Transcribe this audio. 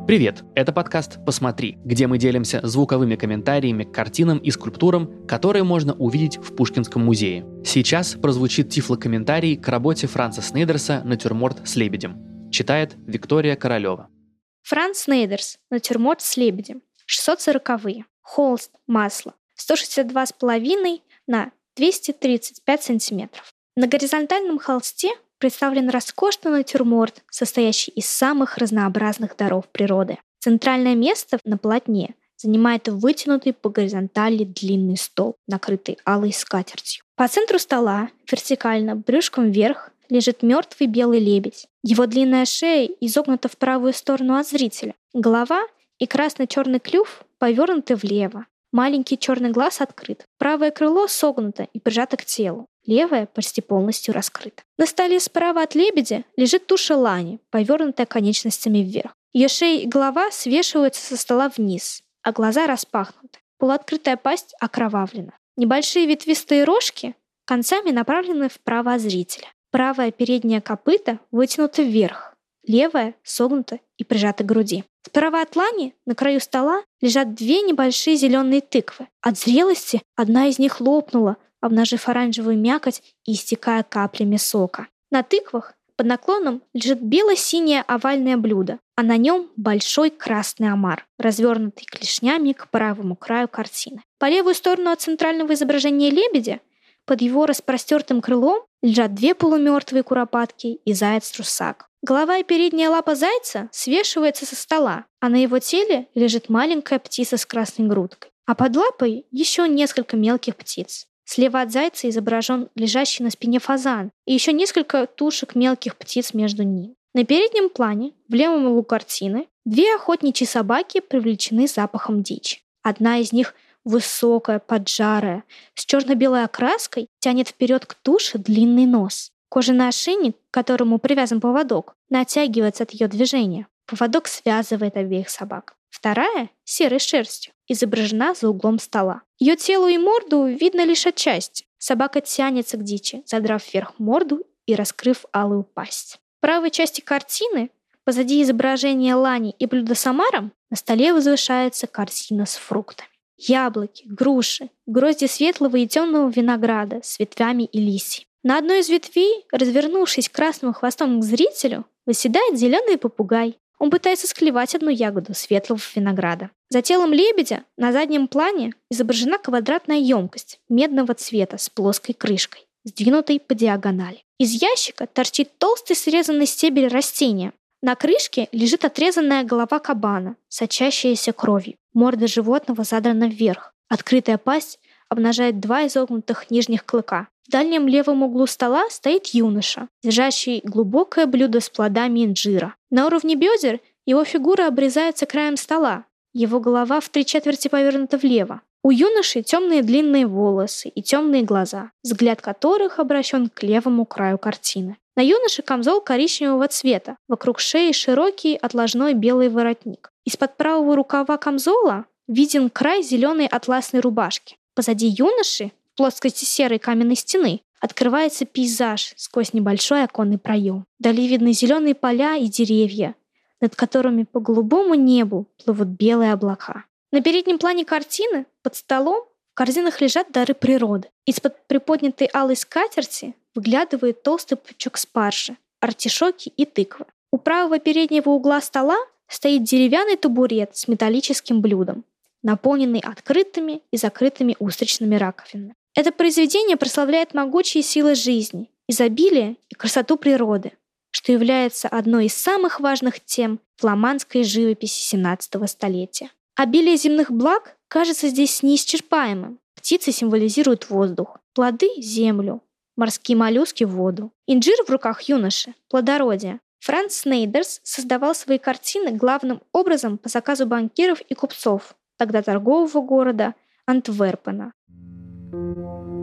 Привет! Это подкаст «Посмотри», где мы делимся звуковыми комментариями к картинам и скульптурам, которые можно увидеть в Пушкинском музее. Сейчас прозвучит тифлокомментарий к работе Франца Снейдерса «Натюрморт с лебедем». Читает Виктория Королева. Франц Снейдерс «Натюрморт с лебедем». 640-е. Холст, масло. 162,5 на 235 сантиметров. На горизонтальном холсте представлен роскошный натюрморт, состоящий из самых разнообразных даров природы. Центральное место на полотне занимает вытянутый по горизонтали длинный стол, накрытый алой скатертью. По центру стола, вертикально, брюшком вверх, лежит мертвый белый лебедь. Его длинная шея изогнута в правую сторону от зрителя. Голова и красно-черный клюв повернуты влево. Маленький черный глаз открыт. Правое крыло согнуто и прижато к телу. Левое почти полностью раскрыто. На столе справа от лебедя лежит туша лани, повернутая конечностями вверх. Ее шея и голова свешиваются со стола вниз, а глаза распахнуты. Полуоткрытая пасть окровавлена. Небольшие ветвистые рожки концами направлены вправо от зрителя. Правое переднее копыто вытянуто вверх, левое согнуто и прижато к груди. Справа от лани на краю стола лежат две небольшие зеленые тыквы. От зрелости одна из них лопнула, обнажив оранжевую мякоть и истекая каплями сока. На тыквах под наклоном лежит бело-синее овальное блюдо, а на нем большой красный омар, развернутый клешнями к правому краю картины. По левую сторону от центрального изображения лебедя под его распростертым крылом лежат две полумертвые куропатки и заяц-русак. Голова и передняя лапа зайца свешивается со стола, а на его теле лежит маленькая птица с красной грудкой, а под лапой еще несколько мелких птиц. Слева от зайца изображен лежащий на спине фазан и еще несколько тушек мелких птиц между ними. На переднем плане, в левом углу картины, две охотничьи собаки привлечены запахом дичи. Одна из них высокая, поджарая, с черно-белой окраской, тянет вперед к туше длинный нос. Кожаный ошейник, к которому привязан поводок, натягивается от ее движения. Поводок связывает обеих собак. Вторая, серой шерстью, изображена за углом стола. Ее тело и морду видно лишь отчасти. Собака тянется к дичи, задрав вверх морду и раскрыв алую пасть. В правой части картины, позади изображения лани и блюда с омаром, на столе возвышается корзина с фруктами. Яблоки, груши, грозди светлого и темного винограда с ветвями и листьями. На одной из ветвей, развернувшись красным хвостом к зрителю, восседает зеленый попугай. Он пытается склевать одну ягоду светлого винограда. За телом лебедя на заднем плане изображена квадратная емкость медного цвета с плоской крышкой, сдвинутой по диагонали. Из ящика торчит толстый срезанный стебель растения. На крышке лежит отрезанная голова кабана, сочащаяся кровью. Морда животного задрана вверх. Открытая пасть обнажает два изогнутых нижних клыка. В дальнем левом углу стола стоит юноша, держащий глубокое блюдо с плодами инжира. На уровне бедер его фигура обрезается краем стола. Его голова в 3/4 повернута влево. У юноши темные длинные волосы и темные глаза, взгляд которых обращен к левому краю картины. На юноше камзол коричневого цвета, вокруг шеи широкий отложной белый воротник. Из-под правого рукава камзола виден край зеленой атласной рубашки. Позади юноши, в плоскости серой каменной стены, открывается пейзаж сквозь небольшой оконный проем. Вдали видны зеленые поля и деревья, над которыми по голубому небу плывут белые облака. На переднем плане картины, под столом, в корзинах лежат дары природы. Из-под приподнятой алой скатерти выглядывает толстый пучок спаржи, артишоки и тыквы. У правого переднего угла стола стоит деревянный табурет с металлическим блюдом, наполненный открытыми и закрытыми устричными раковинами. Это произведение прославляет могучие силы жизни, изобилие и красоту природы, что является одной из самых важных тем фламандской живописи XVII столетия. Обилие земных благ кажется здесь неисчерпаемым. Птицы символизируют воздух, плоды – землю, морские моллюски – воду. Инжир в руках юноши – плодородие. Франц Снейдерс создавал свои картины главным образом по заказу банкиров и купцов, тогда торгового города Антверпена.